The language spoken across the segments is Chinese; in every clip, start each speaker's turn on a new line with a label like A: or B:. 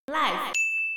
A: Life。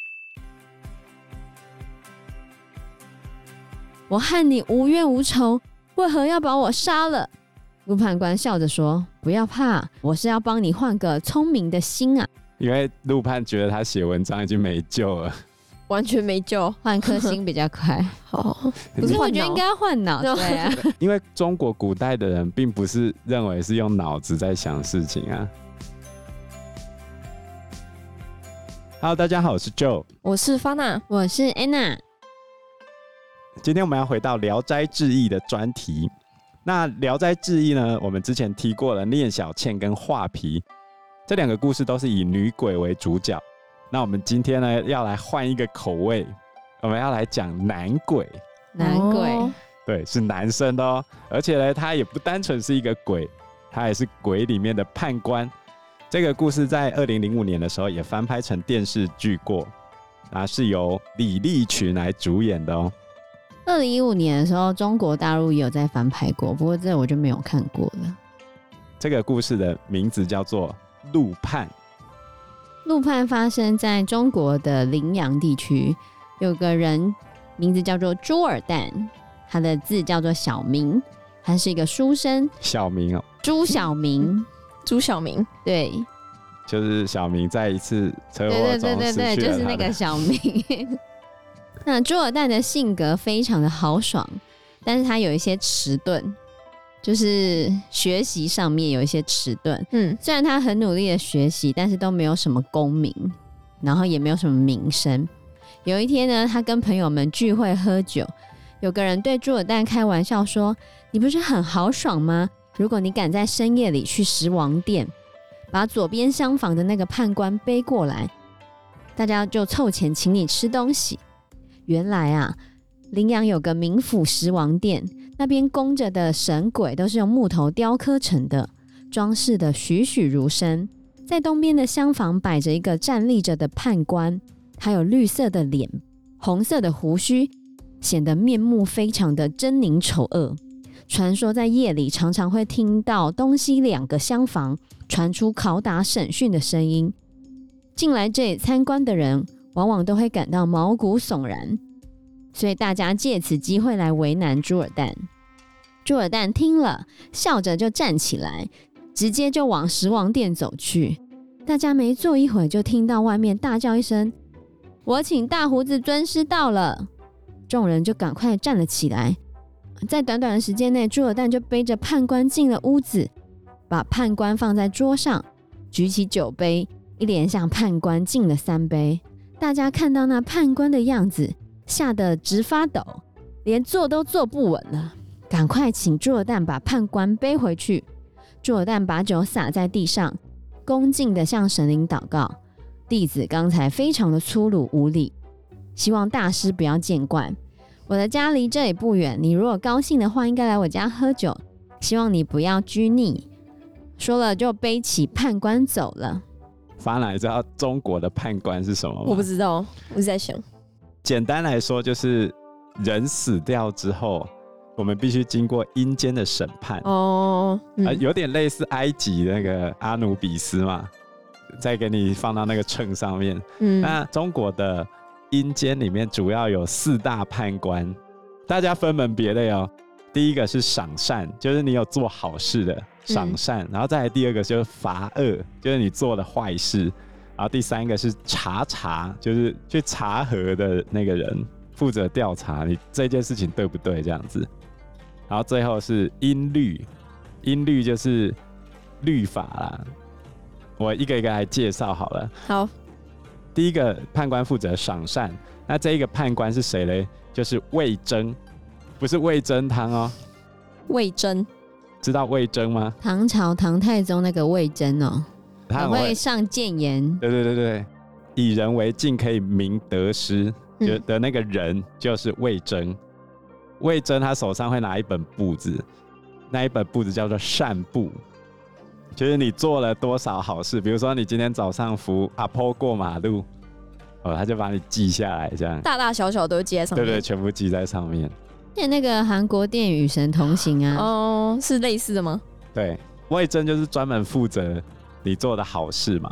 B: 我和你无冤无仇，为何要把我杀了？陆判官笑着说：“不要怕，我是要帮你换个聪明的心啊。”
C: 因为陆判觉得他写文章已经没救了，
D: 完全没救，
B: 换颗心比较快。
D: 哦，
B: 不是，我觉得应该要换脑。对啊，
C: 因为中国古代的人并不是认为是用脑子在想事情啊。Hello， 大家好，我是 Joe，
D: 我是方娜，
B: 我是 Anna。
C: 今天我们要回到《聊斋志异》的专题。那《聊斋志异》呢，我们之前提过了聂小倩跟画皮这两个故事，都是以女鬼为主角。那我们今天呢，要来换一个口味，我们要来讲男鬼。
B: 男鬼，
C: 对，是男生的哦。而且呢，他也不单纯是一个鬼，他也是鬼里面的判官。这个故事在2005年的时候也翻拍成电视剧过，是由李立群来主演的哦。
B: 2015年的时候，中国大陆也有在翻拍过，不过这我就没有看过了。
C: 这个故事的名字叫做陆判。
B: 陆判发生在中国的临阳地区，有个人名字叫做朱尔旦，他的字叫做小明，他是一个书生。
C: 小明哦，
B: 朱小明，
D: 朱小明，
B: 对，
C: 就是小明在一次车祸中
B: 对，
C: 失去了
B: 就是那个小明。那朱尔旦的性格非常的豪爽，但是他有一些迟钝，就是学习上面有一些迟钝。虽然他很努力的学习，但是都没有什么功名，然后也没有什么名声。有一天呢，他跟朋友们聚会喝酒，有个人对朱尔旦开玩笑说：“你不是很豪爽吗？如果你敢在深夜里去十王殿，把左边厢房的那个判官背过来，大家就凑钱请你吃东西。”原来啊，临阳有个名府十王殿，那边供着的神鬼都是用木头雕刻成的，装饰的栩栩如生。在东边的厢房摆着一个站立着的判官，他有绿色的脸，红色的胡须，显得面目非常的狰狞丑恶。传说在夜里常常会听到东西两个厢房传出拷打审讯的声音，进来这里参观的人往往都会感到毛骨悚然，所以大家借此机会来为难朱尔旦。朱尔旦听了，笑着就站起来，直接就往十王殿走去。大家没坐一会儿，就听到外面大叫一声：“我请大胡子尊师到了！”众人就赶快站了起来。在短短的时间内，朱尔旦就背着判官进了屋子，把判官放在桌上，举起酒杯，一连向判官敬了3杯。大家看到那判官的样子，吓得直发抖，连坐都坐不稳了，赶快请朱尔旦把判官背回去。朱尔旦把酒洒在地上，恭敬地向神灵祷告：“弟子刚才非常的粗鲁无礼，希望大师不要见怪。我的家离这里不远，你如果高兴的话，应该来我家喝酒，希望你不要拘泥。”说了就背起判官走了。
C: 法兰，你知道中国的判官是什么吗？
D: 我不知道，我是在想，
C: 简单来说就是人死掉之后，我们必须经过阴间的审判。有点类似埃及那个阿努比斯嘛，再给你放到那个秤上面。那中国的阴间里面主要有4大判官，大家分门别类哦。第一个是赏善，就是你有做好事的赏善，然后再来第二个就是罚恶，就是你做了坏事，然后第三个是查，就是去查核的那个人，负责调查你这件事情对不对这样子。然后最后是音律，音律就是律法啦。我一个一个来介绍好了。
D: 好，
C: 第一个判官负责赏善，那这一个判官是谁嘞？就是魏征，不是味噌汤哦。
D: 魏征，
C: 知道魏征吗？
B: 唐朝唐太宗那个魏征哦，
C: 他
B: 很会上谏言。
C: 对，以人为镜可以明得失的那个人就是魏征。魏征他手上会拿一本簿子，那一本簿子叫做善簿，就是你做了多少好事，比如说你今天早上扶阿婆过马路，他就把你记下来，这样
D: 大大小小都记在上面。
C: 对，全部记在上面。
B: 那个韩国电影《与神同行》啊，
D: 是类似的吗？
C: 对，魏征就是专门负责你做的好事嘛。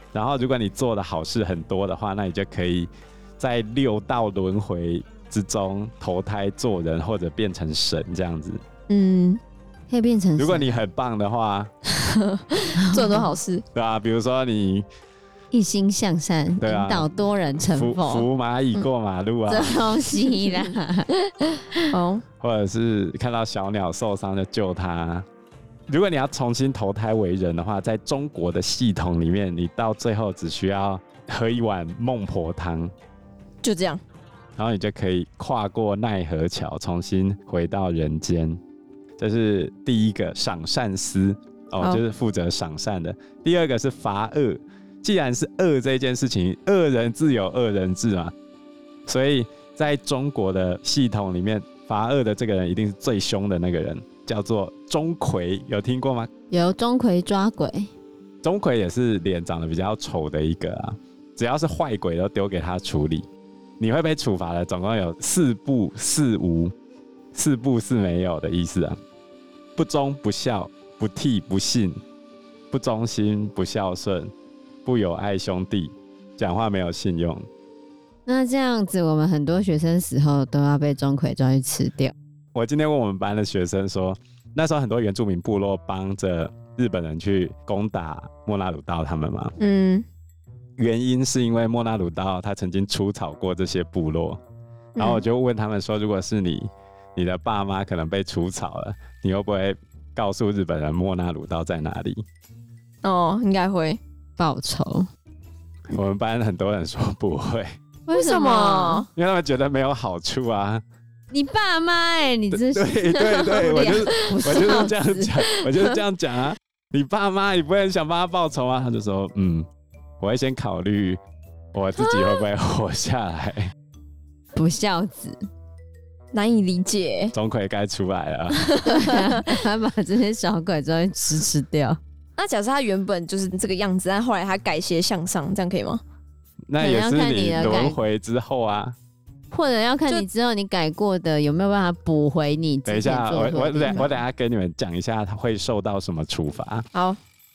C: 然后如果你做的好事很多的话，那你就可以在6道轮回之中投胎做人或者变成神这样子。
B: 可以变成神。
C: 如果你很棒的话
D: 做很多好事。
C: 对啊，比如说你
B: 一心向善，
C: 对啊，
B: 引导多人成佛，
C: 扶蚂蚁过马路啊，
B: 这东西啦。
C: 或者是看到小鸟受伤就救它。如果你要重新投胎为人的话，在中国的系统里面，你到最后只需要喝一碗孟婆汤，
D: 就这样，
C: 然后你就可以跨过奈何桥，重新回到人间。这是第一个赏善司就是负责赏善的。第二个是罚恶，既然是恶这件事情，恶人自有恶人治嘛，所以在中国的系统里面，罚恶的这个人一定是最凶的那个人，叫做钟馗，有听过吗？
B: 有钟馗抓鬼，
C: 钟馗也是脸长得比较丑的一个啊，只要是坏鬼都丢给他处理。你会被处罚的，总共有4不4无，4不是没有的意思啊，不忠不孝不悌不信，不忠心不孝顺，不友爱兄弟，讲话没有信用。
B: 那这样子，我们很多学生死后都要被钟馗抓去吃掉。
C: 我今天问我们班的学生说，那时候很多原住民部落帮着日本人去攻打莫那鲁道他们嘛，原因是因为莫那鲁道他曾经出草过这些部落，然后我就问他们说，如果是你的爸妈可能被出草了，你会不会告诉日本人莫那鲁道在哪里？
D: 应该会
B: 报仇。
C: 我们班很多人说不会。
B: 为什么？
C: 因为他们觉得没有好处啊。
B: 你爸妈你这
C: 对，我就是这样讲，我就是这样讲啊。你爸妈你不会很想帮他报仇啊？他就说我会先考虑我自己会不会活下来。
B: 不孝子，
D: 难以理解。
C: 钟馗该出来了。
B: 对啊，他把这些小鬼都会吃掉。
D: 那假设他原本就是这个样子，但后来他改邪向上，这样可以吗？
C: 那也是你轮回之后啊，
B: 或者要看你之后你改过的有没有办法补回你之前做错的地方。
C: 等一下，我等一下跟你们讲一下他会受到什么处罚。
D: 好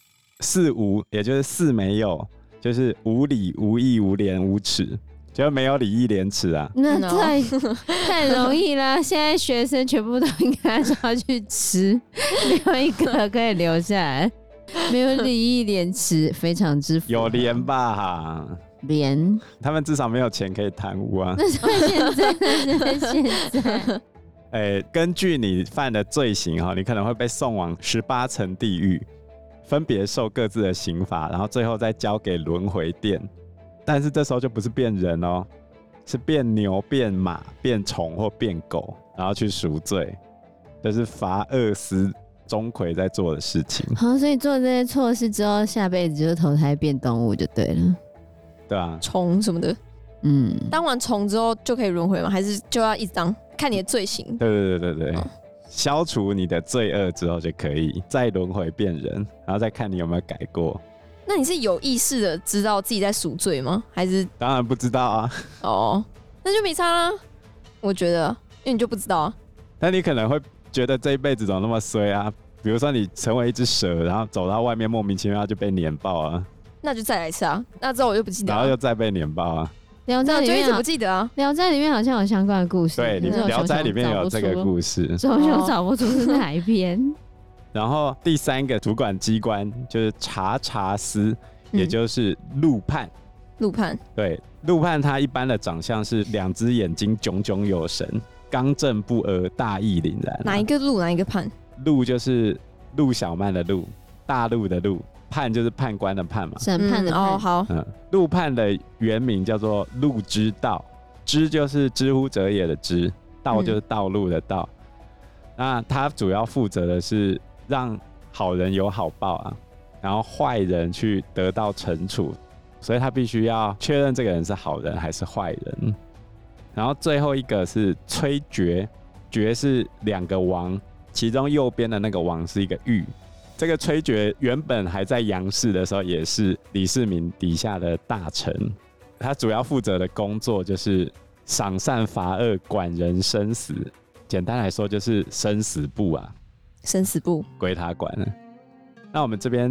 C: ，4无，也就是4没有，就是无礼、无义、无廉、无耻，就没有礼义廉耻啊。
B: 那太容易了，现在学生全部都应该抓去吃，没有一个可以留下来。没有礼义廉耻，非常之
C: 有廉吧？
B: 廉，
C: 他们至少没有钱可以贪污啊。
B: 那是现在。
C: 根据你犯的罪行你可能会被送往18层地狱，分别受各自的刑罚，然后最后再交给轮回殿。但是这时候就不是变人是变牛、变马、变虫或变狗，然后去赎罪。这是罚恶司钟馗在做的事情。
B: 好，所以做这些错事之后，下辈子就是投胎变动物就对了。
C: 对啊，
D: 虫什么的，当完虫之后就可以轮回吗？还是就要一直当？看你的罪行。
C: 对，消除你的罪恶之后就可以再轮回变人，然后再看你有没有改过。
D: 那你是有意识的知道自己在赎罪吗？还是
C: 当然不知道啊。
D: 那就没差啦。我觉得，因为你就不知道啊。
C: 但你可能会觉得这一辈子怎么那么衰啊？比如说你成为一只蛇，然后走到外面莫名其妙就被碾爆啊。
D: 那就再来一次啊！那之后我就不记得了，
C: 然后又再被碾爆啊！
B: 聊斋里面
D: 就一直不记得啊！
B: 聊斋里面好像有相关的故事，
C: 对，聊斋里面有这个故事，
B: 熊熊找不出是哪一篇。
C: 然后第3个主管机关就是察司，也就是陆判。
D: 陆判，
C: 对，陆判他一般的长相是2只眼睛炯炯有神，刚正不阿，大义凛然。
D: 哪一个陆，哪一个判？
C: 陆就是陆小曼的陆，大陆的陆。判就是判官的判嘛，
B: 审判的判。
D: 好。
C: 陆判的原名叫做陆之道，知就是知乎者也的知，道就是道路的道。那他主要负责的是让好人有好报啊，然后坏人去得到惩处，所以他必须要确认这个人是好人还是坏人。然后最后一个是崔珏，珏是2个王，其中右边的那个王是一个玉。这个崔珏原本还在杨氏的时候，也是李世民底下的大臣。他主要负责的工作就是赏善罚恶、管人生死。简单来说，就是生死簿啊，
D: 生死簿
C: 归他管了。那我们这边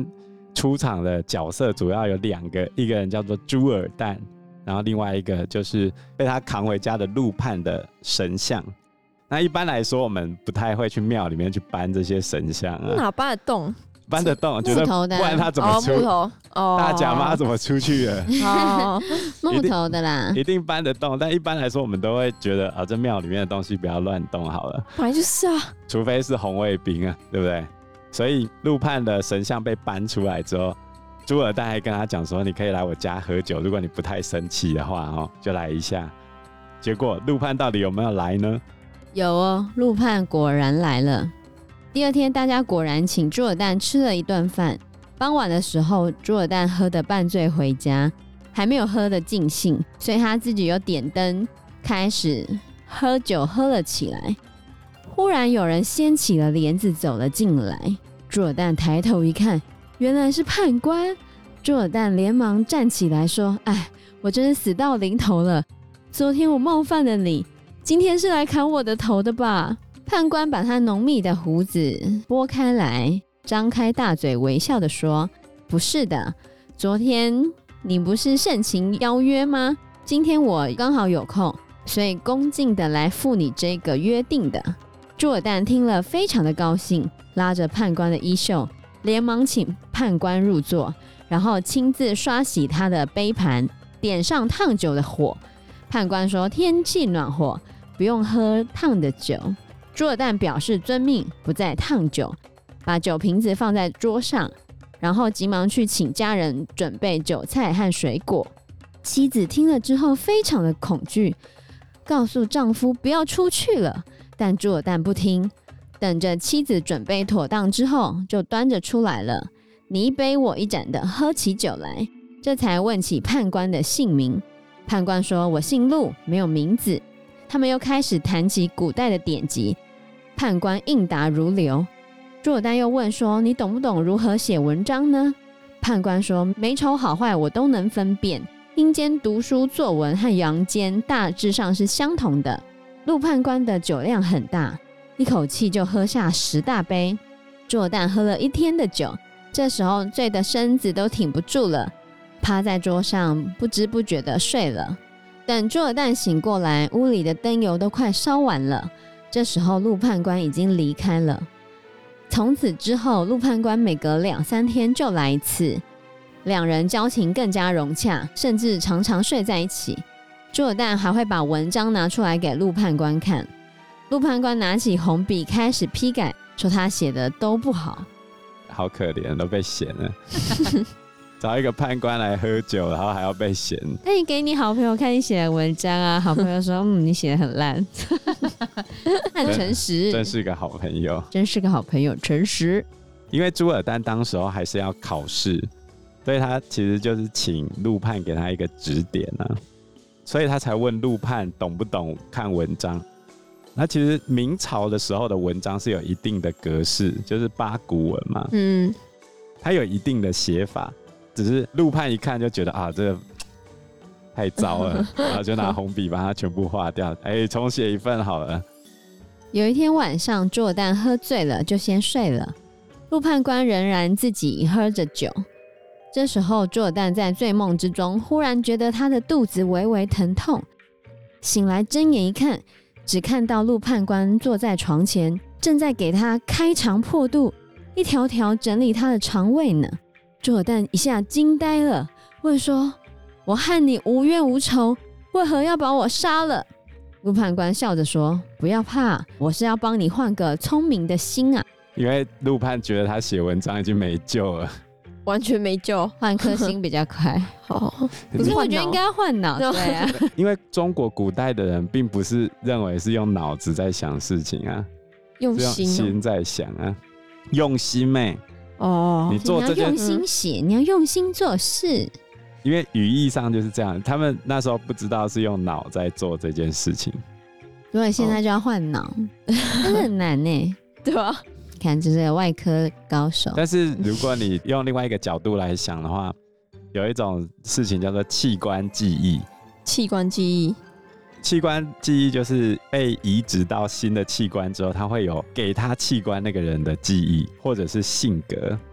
C: 出场的角色主要有2个，一个人叫做朱尔旦，然后另外一个就是被他扛回家的陆判的神像。那一般来说，我们不太会去庙里面去搬这些神像啊。
D: 哪搬得动？
C: 搬得动，觉得不然他怎么出？
D: 木头
C: 大甲妈怎么出去了？
B: 木头的啦，
C: 一定搬得动。但一般来说，我们都会觉得这庙里面的东西不要乱动好了。
D: 本来就是啊，
C: 除非是红卫兵啊，对不对？所以陆判的神像被搬出来之后，朱尔旦还跟他讲说：“你可以来我家喝酒，如果你不太生气的话，就来一下。”结果陆判到底有没有来呢？
B: 有哦，陆判果然来了。第二天，大家果然请朱尔旦吃了一顿饭。傍晚的时候，朱尔旦喝得半醉回家，还没有喝得尽兴，所以他自己有点灯，开始喝酒喝了起来。忽然有人掀起了帘子走了进来，朱尔旦抬头一看，原来是判官。朱尔旦连忙站起来说：“哎，我真是死到临头了，昨天我冒犯了你，今天是来砍我的头的吧？”判官把他浓密的胡子拨开来，张开大嘴微笑地说：“不是的，昨天你不是盛情邀约吗？今天我刚好有空，所以恭敬的来赴你这个约定的。”朱尔旦听了非常的高兴，拉着判官的衣袖，连忙请判官入座，然后亲自刷洗他的杯盘，点上烫酒的火。判官说：“天气暖和，不用喝烫的酒。”朱尔旦表示遵命，不再烫酒，把酒瓶子放在桌上，然后急忙去请家人准备酒菜和水果。妻子听了之后非常的恐惧，告诉丈夫不要出去了，但朱尔旦不听，等着妻子准备妥当之后，就端着出来了，你一杯我一盏的喝起酒来，这才问起判官的姓名。判官说：“我姓陆，没有名字。”他们又开始谈起古代的典籍，判官应答如流。朱尔旦又问说：“你懂不懂如何写文章呢？”判官说：“美丑好坏我都能分辨，阴间读书作文和阳间大致上是相同的。”陆判官的酒量很大，一口气就喝下10大杯。朱尔旦喝了1天的酒，这时候醉的身子都挺不住了，趴在桌上不知不觉的睡了。等朱尔旦醒过来，屋里的灯油都快烧完了。这时候陆判官已经离开了。从此之后，陆判官每隔2-3天就来一次，两人交情更加融洽，甚至常常睡在一起。朱尔旦还会把文章拿出来给陆判官看，陆判官拿起红笔开始批改，说他写的都不好，
C: 好可怜，都被嫌了。找一个判官来喝酒，然后还要被嫌。
B: 那你给你好朋友看你写的文章啊，好朋友说你写的很烂，很诚实，
C: 真是个好朋友，
B: 真是个好朋友，诚实。
C: 因为朱尔旦当时候还是要考试，所以他其实就是请陆判给他一个指点啊，所以他才问陆判懂不懂看文章。那其实明朝的时候的文章是有一定的格式，就是八股文嘛，它有一定的写法。只是陆判一看就觉得这个太糟了，然后就拿红笔把它全部划掉，重写一份好了。
B: 有一天晚上，朱尔旦喝醉了，就先睡了。陆判官仍然自己喝着酒。这时候，朱尔旦在醉梦之中，忽然觉得他的肚子微微疼痛，醒来睁眼一看，只看到陆判官坐在床前，正在给他开肠破肚，一条条整理他的肠胃呢。朱尔旦一下惊呆了，问说：“我和你无冤无仇，为何要把我杀了？”陆判官笑着说：“不要怕，我是要帮你换个聪明的心啊。”
C: 因为陆判觉得他写文章已经没救了，
D: 完全没救，
B: 换颗心比较快。可是我觉得应该要换脑，对啊。
C: 因为中国古代的人并不是认为是用脑子在想事情啊，
D: 用
C: 心在想啊，用心妹。你做这件，
B: 你要用心写，你要用心做事。
C: 因为语义上就是这样，他们那时候不知道是用脑在做这件事情，
B: 所以现在就要换脑，真的很难呢，
D: 对吧？
B: 看，这是外科高手。
C: 但是如果你用另外一个角度来想的话，有一种事情叫做器官记忆。
D: 器官记忆，
C: 器官记忆就是被移植到新的器官之后，它会有给他器官那个人的记忆或者是性格，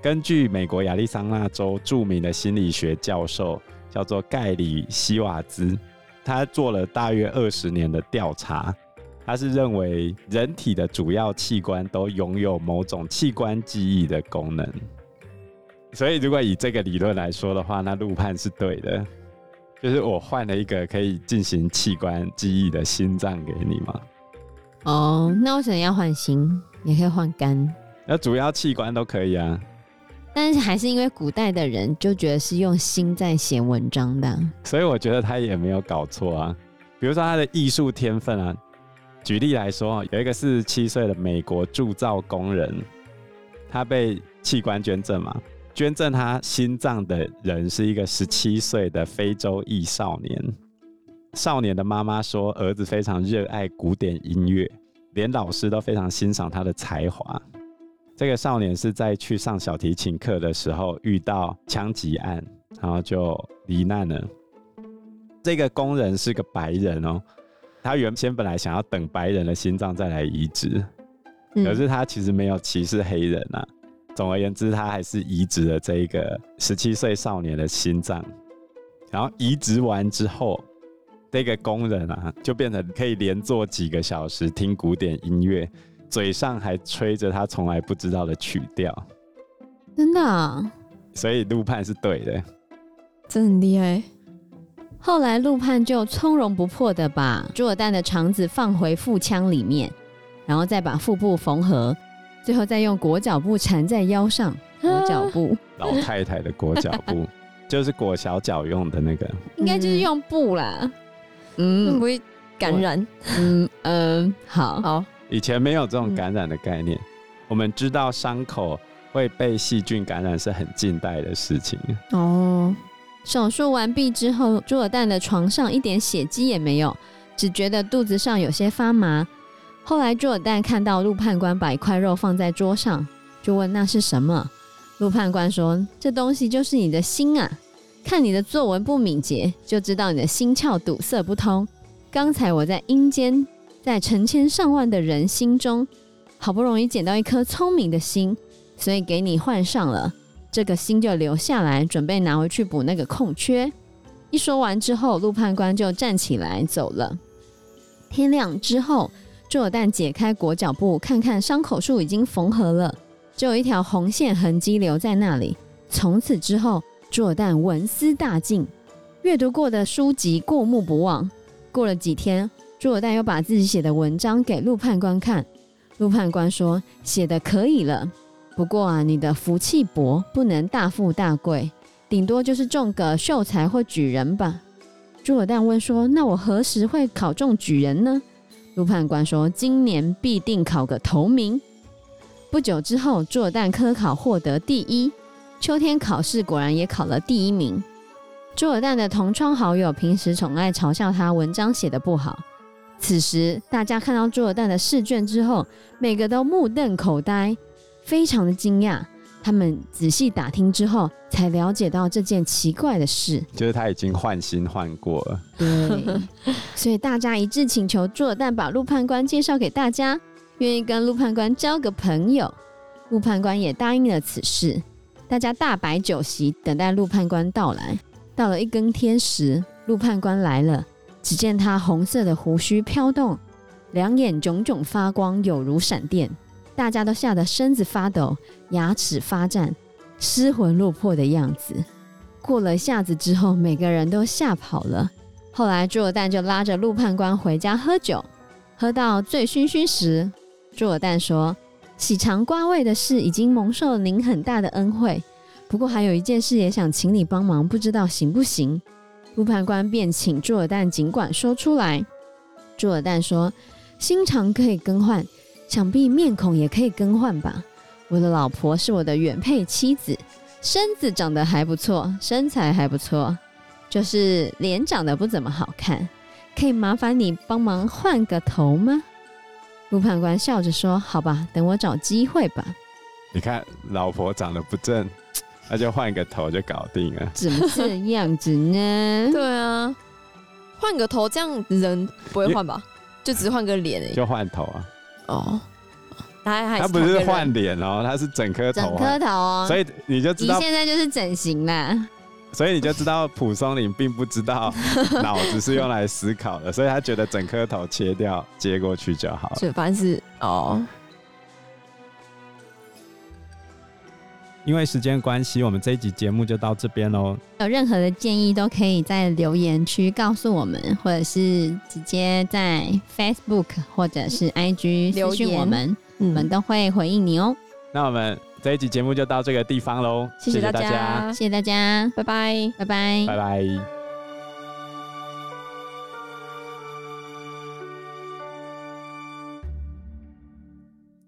C: 根据美国亚利桑那州著名的心理学教授叫做盖里希瓦兹，他做了大约20年的调查，他是认为人体的主要器官都拥有某种器官记忆的功能。所以如果以这个理论来说的话，那陆判是对的，就是我换了一个可以进行器官记忆的心脏给你嘛。
B: 哦，那为什么要换心？也可以换肝。
C: 那主要器官都可以啊。
B: 但是还是因为古代的人就觉得是用心在写文章的，
C: 所以我觉得他也没有搞错啊。比如说他的艺术天分啊，举例来说，有一个47岁的美国铸造工人，他被器官捐赠嘛，捐赠他心脏的人是一个17岁的非洲裔少年。少年的妈妈说，儿子非常热爱古典音乐，连老师都非常欣赏他的才华。这个少年是在去上小提琴课的时候遇到枪击案，然后就罹难了。这个工人是个白人哦，他原先本来想要等白人的心脏再来移植，可是他其实没有歧视黑人啊。总而言之，他还是移植了这一个17岁少年的心脏。然后移植完之后，这个工人啊，就变成可以连坐几个小时听古典音乐，嘴上还吹着他从来不知道的曲调。
B: 真的啊？
C: 所以陆判是对的，
D: 真的很厉害。
B: 后来陆判就从容不迫的把朱尔旦的肠子放回腹腔里面，然后再把腹部缝合，最后再用裹脚布缠在腰上。裹脚布，
C: 老太太的裹脚布就是裹小脚用的那个，
B: 应该就是用布啦。
D: 不会感染。
B: 好。
C: 以前没有这种感染的概念，我们知道伤口会被细菌感染是很近代的事情。
B: 手术完毕之后，朱尔旦的床上一点血迹也没有，只觉得肚子上有些发麻。后来朱尔旦看到陆判官把一块肉放在桌上，就问那是什么。陆判官说，这东西就是你的心啊，看你的作文不敏捷，就知道你的心窍堵塞不通。刚才我在阴间，在成千上万的人心中，好不容易捡到一颗聪明的心，所以给你换上了，这个心就留下来，准备拿回去补那个空缺。一说完之后，陆判官就站起来走了。天亮之后，朱尔旦解开裹脚布，看看伤口处已经缝合了，只有一条红线痕迹留在那里。从此之后，朱尔旦文思大进，阅读过的书籍过目不忘。过了几天，朱尔旦又把自己写的文章给陆判官看。陆判官说，写得可以了，不过啊，你的福气薄，不能大富大贵，顶多就是中个秀才或举人吧。朱尔旦问说，那我何时会考中举人呢？陆判官说，今年必定考个头名。不久之后，朱尔旦科考获得第一，秋天考试果然也考了第1名。朱尔旦的同窗好友平时宠爱嘲笑他文章写得不好，此时大家看到朱尔旦的试卷之后，每个都目瞪口呆，非常的惊讶。他们仔细打听之后，才了解到这件奇怪的事，
C: 就是他已经换心换过了。
B: 对，所以大家一致请求朱尔旦把陆判官介绍给大家，愿意跟陆判官交个朋友。陆判官也答应了此事，大家大摆酒席，等待陆判官到来。到了1更天时，陆判官来了，只见他红色的胡须飘动，两眼炯炯发光，有如闪电。大家都吓得身子发抖，牙齿发颤，失魂落魄的样子。过了一下子之后，每个人都吓跑了。后来朱尔旦就拉着陆判官回家喝酒，喝到醉醺醺时，朱尔旦说，喜肠刮胃的事已经蒙受了您很大的恩惠，不过还有一件事也想请你帮忙，不知道行不行。陆判官便请朱尔旦尽管说出来。朱尔旦说，心肠可以更换，想必面孔也可以更换吧。我的老婆是我的原配妻子，身子长得还不错，身材还不错，就是脸长得不怎么好看，可以麻烦你帮忙换个头吗？陆判官笑着说，好吧，等我找机会吧。
C: 你看老婆长得不正，那就换个头就搞定了。
B: 怎么这样子呢？
D: 对啊，换个头，这样人不会换吧？就只换个脸而已。
C: 就换头啊。 他不是换脸哦，他是整颗头，
B: 整颗头哦，
C: 所以你就知道，
B: 你现在就是整形啦。
C: 所以你就知道蒲松龄并不知道脑子是用来思考的，所以他觉得整颗头切掉接过去就好了。
D: 就反正是
C: 因为时间关系，我们这一集节目就到这边咯。
B: 有任何的建议都可以在留言区告诉我们，或者是直接在 Facebook 或者是 IG 私讯我们，我们都会回应你哦。
C: 那我们这一集节目就到这个地方咯，
D: 谢谢大家，
B: 谢谢大家，
D: 拜拜，
B: 拜拜，
C: 拜拜。